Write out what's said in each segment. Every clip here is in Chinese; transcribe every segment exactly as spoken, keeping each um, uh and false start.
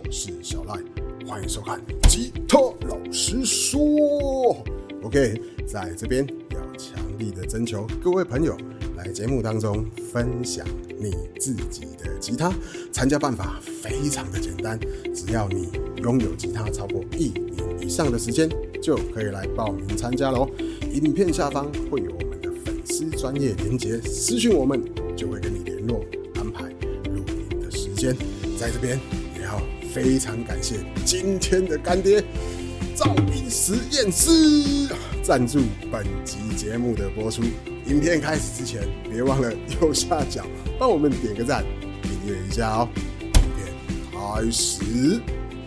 是小赖，欢迎收看吉他老实说。OK， 在这边要强力的征求各位朋友来节目当中分享你自己的吉他。参加办法非常的简单，只要你拥有吉他超过一年以上的时间，就可以来报名参加咯。影片下方会有我们的粉丝专页连结，私讯我们就会跟你联络安排录影的时间。在这边也要非常感谢今天的干爹噪音实验室赞助本集节目的播出。影片开始之前，别忘了右下角帮我们点个赞，订阅一下哦。影片开始。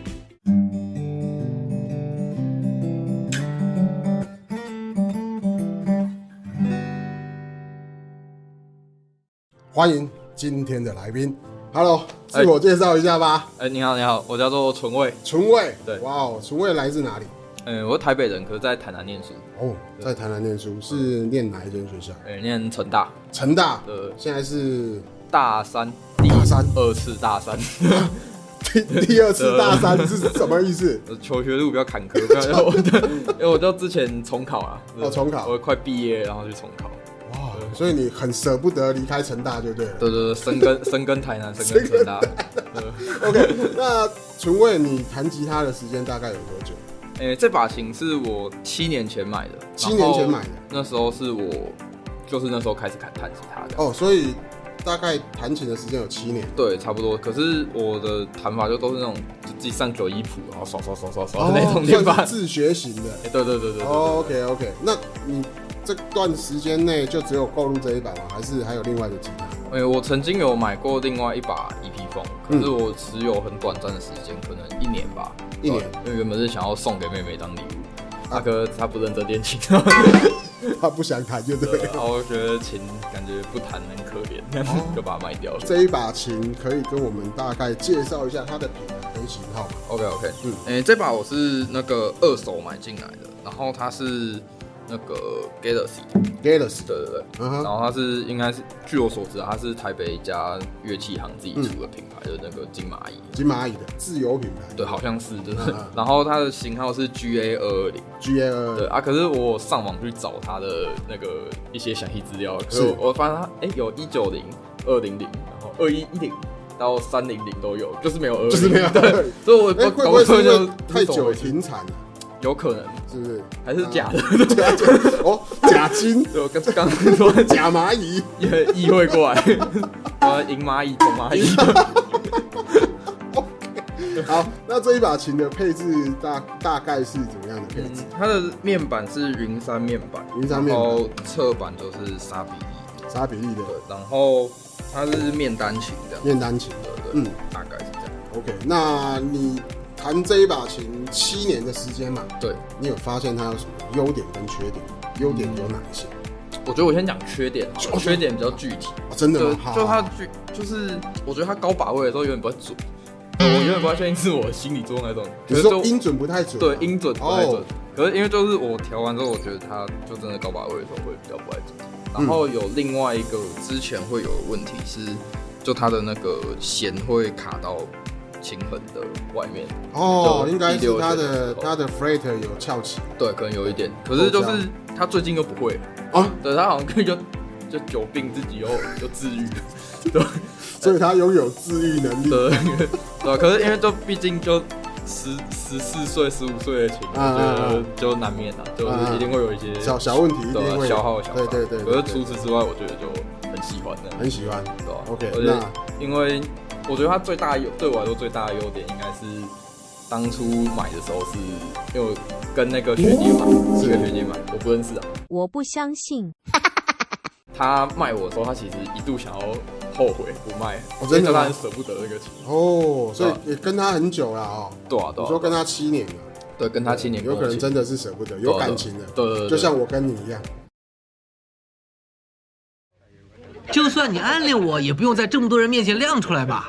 欢迎今天的来宾 ，Hello， 自我介绍一下吧。 哎、欸，你好，你好，我叫做纯味。 纯味， 对， 哇哦，纯味来自哪里？ 嗯，我是台北人，可是在台南念书。 哦，在台南念书，是念哪一间学校？ 哎、欸，念成大。 成大， 对， 现在是大三， 大三， 二次大三。 第第二次大三是什么意思？ 求学路比较坎坷，因为我就之前重考啊。 哦，重考， 我快毕业，然后去重考。 哇，所以你很舍不得离开成大就对了。 对对对，深耕深耕台南，深耕成大。 OK， 那纯味，你弹吉他的时间大概有多久？ 诶、欸，这把琴是我七年前买的。 七年前买的， 那时候是我就是那时候开始弹吉他的。 哦，所以大概弹琴的时间有七年。 对，差不多。可是我的弹法就都是那种就自己上九一谱，然后刷刷刷刷刷的那种练法， 自学型的。 欸、对对对 对, 對, 對。 哦 ，OK OK， 那你这段时间内就只有购入这一把吗？还是还有另外的吉他？ 哎、欸，我曾经有买过另外一把 E P 风，可是我持有很短暂的时间，可能一年吧。 一年， 因为原本是想要送给妹妹当礼物，大、啊、哥他不认真练琴， 他不想弹就对了。 然后我觉得琴感觉不弹很可怜，哦、就把它卖掉了。 这一把琴可以跟我们大概介绍一下它的品牌跟型号吗 ？OK OK， 嗯，哎、欸，这把我是那个二手买进来的，然后它是那个 Galaxy，Galaxy， 对对对， uh-huh. 然后它是应该是据我所知啊，它是台北一家乐器行自己出的品牌的那个金蚂蚁， 金蚂蚁的自有品牌， 对，好像是对。Uh-huh. 然后它的型号是 G A 二二零 ，G A 二二零， 对啊。可是我上网去找它的那个一些详细资料，可是 我, 我发现它哎、欸、有一九零、二零零，然后二一一零到三零零都有，就是没有二零，就是没有二零。所以我哎、欸，会不会是因为太久停产了？ 有可能， 是不是？ 还是假的？ 假假哦，假金。 对，我刚刚说假蚂蚁也意会过来，呃，银蚂蚁、红蚂蚁。 OK， 好，那这一把琴的配置大大概是怎么样的配置？ 嗯、它的面板是云杉面板， 云杉面板， 然后侧板就是沙比利， 沙比利的。 对，然后它是面单琴这样。 面单琴， 对对，嗯，大概是这样。 OK， 那你弹这一把琴七年的时间嘛， 对， 你有发现它有什么优点跟缺点？优点有哪一些？ 我觉得我先讲缺点好了，缺点比较具体。 哦、真的吗？ 就, 就它具就是我觉得它高把位的时候有点不太准，我有点不太确定是我心理作用那种。 你说音准不太准、啊？ 对，音准不太准。哦、可是因为就是我调完之后，我觉得它就真的高把位的时候会比较不太准。然后有另外一个之前会有的问题是，就它的那个弦会卡到琴痕的外面哦，应该是它的它的 fret 有翘起， 对，可能有一点。可是就是他最近又不会啊，对，他好像就就久病自己又又治愈，对， 所以他拥有治愈能力， 对，对。可是因为就毕竟就十十四岁、十五岁的琴，我觉得就难免啊，就是一定会有一些小小问题，一定会消耗小， 对对对。 可是除此之外，我觉得就很喜欢的， 很喜欢， 对吧 ？OK， 那因为。我觉得它最大的对我来说最大的优点，应该是当初买的时候是因为我跟那个学姐买，是跟学姐买，我不认识啊。 我不相信。 他卖我的时候，他其实一度想要后悔不卖， 我、哦、真的他很舍不得那个琴。 哦，所以也跟他很久了哦。 对啊，对啊。 你说跟他七年了。 对，跟他七年， 有可能真的是舍不得，有感情的。 对对对， 就像我跟你一样。 就算你暗恋我，也不用在这么多人面前亮出来吧。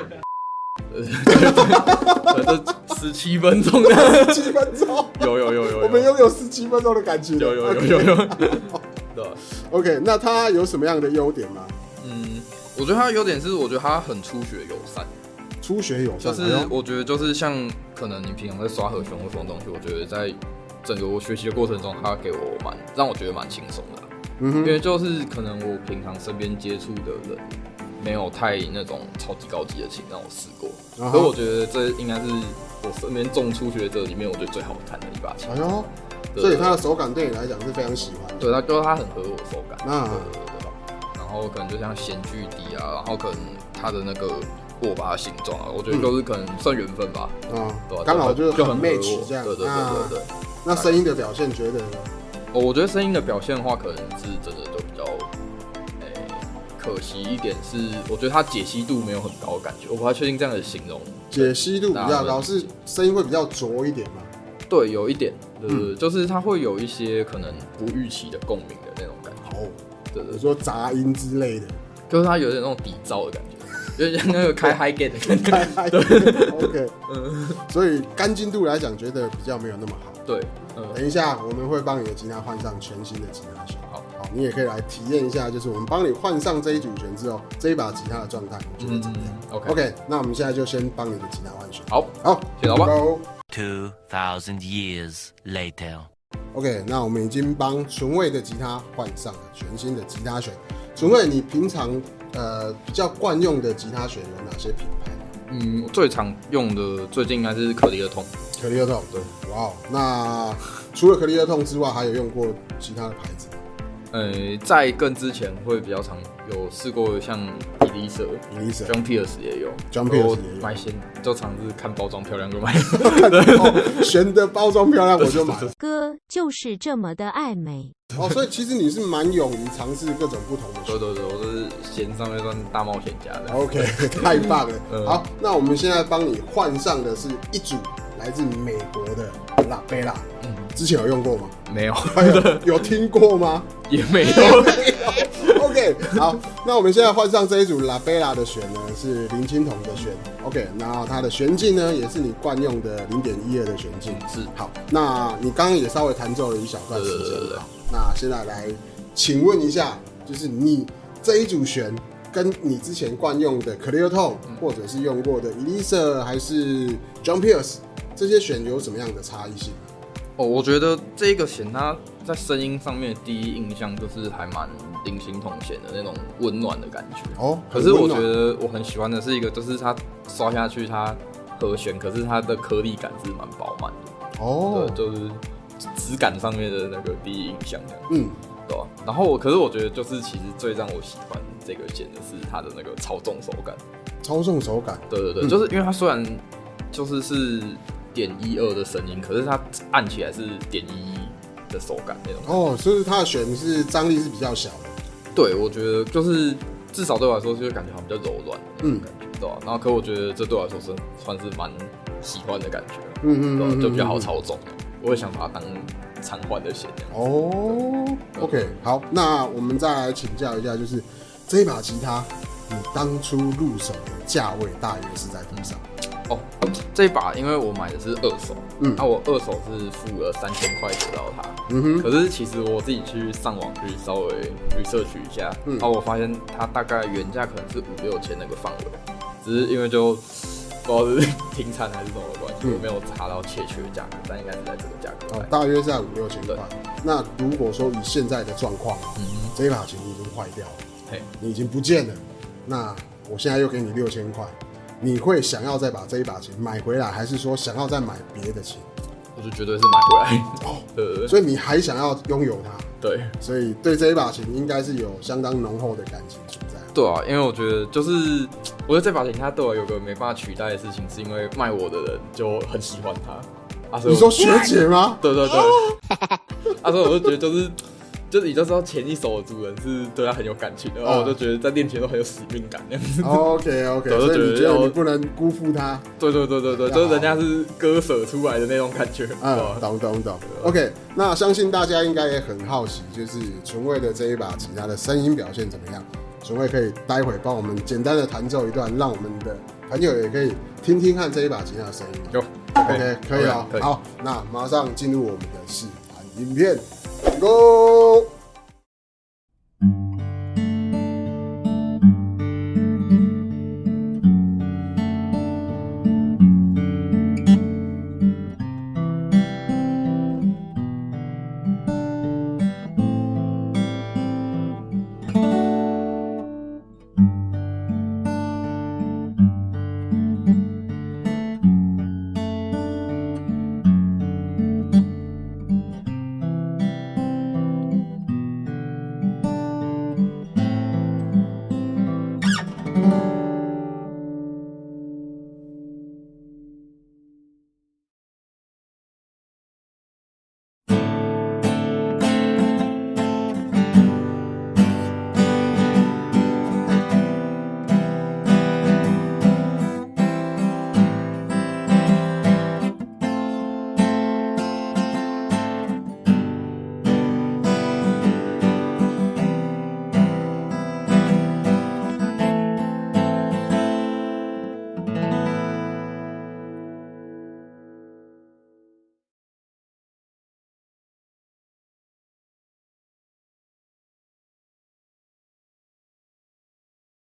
这十七分钟的， 十七分钟， 有有有有， 我们拥有十七分钟的感情， 有有有有有。对 ，OK， 那它有什么样的优点吗？ 嗯，我觉得它的优点是，我觉得它很初学友善。 初学友善， 就是我觉得就是像可能你平常在刷和弦或什么东西，我觉得在整个我学习的过程中，它给我蛮让我觉得蛮轻松的、啊。嗯哼，因为就是可能我平常身边接触的人没有太那种超级高级的琴让我试过，所、uh-huh. 以我觉得这应该是我身边众初学者里面我觉得最好弹的一把琴。哎呦， 所以它的手感对你来讲是非常喜欢的。 对，它就是它很合我手感。那、uh-huh. 对对对对，然后可能就像弦距低啊，然后可能它的那个握把的形状啊，我觉得都是可能算缘分吧。嗯，对吧？ 刚好就就很 match 这样。 对对对对对。 那声音的表现觉得呢？ 哦，我觉得声音的表现的话，可能是真的都比较。可惜一点是，我觉得它解析度没有很高的感觉，我不太确定这样的形容。 解析度比较高，是声音会比较浊一点吗？ 对，有一点，对对对、嗯，就是它会有一些可能不预期的共鸣的那种感觉。哦， 对对，说杂音之类的， 就是它有点那种底噪的感觉，有点像那个开 high gain 的感觉。 开 high gain OK， 嗯，所以干净度来讲，觉得比较没有那么好。 对， 嗯，等一下我们会帮你的吉他换上全新的吉他弦。你也可以来体验一下，就是我们帮你换上这一组弦之后，这一把吉他的状态，你觉得怎么样、嗯、？OK， OK， 那我们现在就先帮你的吉他换弦。 好， 好， 谢老板。 Two thousand years later。 OK， 那我们已经帮纯味的吉他换上了全新的吉他弦。纯味，你平常呃比较惯用的吉他弦有哪些品牌？ 嗯，最常用的最近应该是可丽尔痛。 可丽尔痛，对，哇，那除了可丽尔痛之外，还有用过其他的牌子吗？ 呃，在更之前会比较常有试过像 Elisa、John Pierce 也有 ，John Pierce 也有， 买弦就常是看包装漂亮就买， 哦，弦的包装漂亮我就买。 哥就是这么的爱美。 哦，所以其实你是蛮勇于尝试各种不同的弦。 对对对，我是弦上面算大冒险家的。 OK， 太棒了。嗯、好，那我们现在帮你换上的是一组来自美国的拉贝拉。嗯，之前有用过吗？ 没有。 有听过吗？ 也没有。 OK， 好，那我们现在换上这一组拉贝拉的弦呢，是林青铜的弦。OK， 然后它的弦径呢，也是你惯用的 零点一二 的弦径。 是。 好，那你刚刚也稍微弹奏了一小段时间了。那现在来请问一下，就是你这一组弦跟你之前惯用的 Clear Tone、嗯、或者是用过的 Elisa 还是 John Pierce 这些弦有什么样的差异性？ 哦，我觉得这个弦它在声音上面的第一印象就是还蛮林青铜弦的那种温暖的感觉。哦，可是我觉得我很喜欢的是一个，就是它刷下去它和弦，可是它的颗粒感是蛮饱满的。哦，对，就是质感上面的那个第一印象这样。嗯，对吧？然后我，可是我觉得就是其实最让我喜欢这个弦的是它的那个操纵手感。 操纵手感， 对对对，嗯、就是因为它虽然就是是点一二的声音，可是它按起来是点一一的手感那种。 哦，所以它的弦是张力是比较小的。 对，我觉得就是至少对我来说，就是感觉好像比较柔软的那种感觉，嗯、对吧？然后，可我觉得这对我来说是算是蛮喜欢的感觉，嗯嗯嗯，就比较好操纵。我会想把它当常换的弦哦。OK， 好，那我们再来请教一下，就是这一把吉他，你当初入手的价位大约是在多少？ 哦，这一把因为我买的是二手，嗯，那、啊、我二手是付了三千块得到它，嗯哼。可是其实我自己去上网去稍微 research 一下，嗯，然后我发现它大概原价可能是五六千那个范围，只是因为就不知道是停产还是什么关系，嗯、我没有查到确切的价格，但应该是在这个价格。 哦，大约在五六千块。那如果说以现在的状况，嗯，这一把琴已经坏掉了，嘿，你已经不见了，那我现在又给你六千块。你会想要再把这一把琴买回来，还是说想要再买别的琴？ 我就绝对是买回来哦，对对对， 所以你还想要拥有它？ 对， 所以对这一把琴应该是有相当浓厚的感情存在。 对啊，因为我觉得就是，我觉得这把琴它对我有个没办法取代的事情，是因为卖我的人就很喜欢它。啊， 你说学姐吗？ 对对对，啊，所以我就觉得就是。就是你就知道前一手的主人是对他很有感情的，然后我就觉得在练琴都很有使命感那样子。 OK OK， 所以你觉得你不能辜负他？ 对对对对对，就是人家是割舍出来的那种感觉。 嗯，懂懂懂。OK， 那相信大家应该也很好奇，就是纯味的这一把吉他的声音表现怎么样？纯味可以待会帮我们简单的弹奏一段，让我们的朋友也可以听听看这一把吉他的声音。有 OK， 可以哦。好，那马上进入我们的示范影片 ，Go。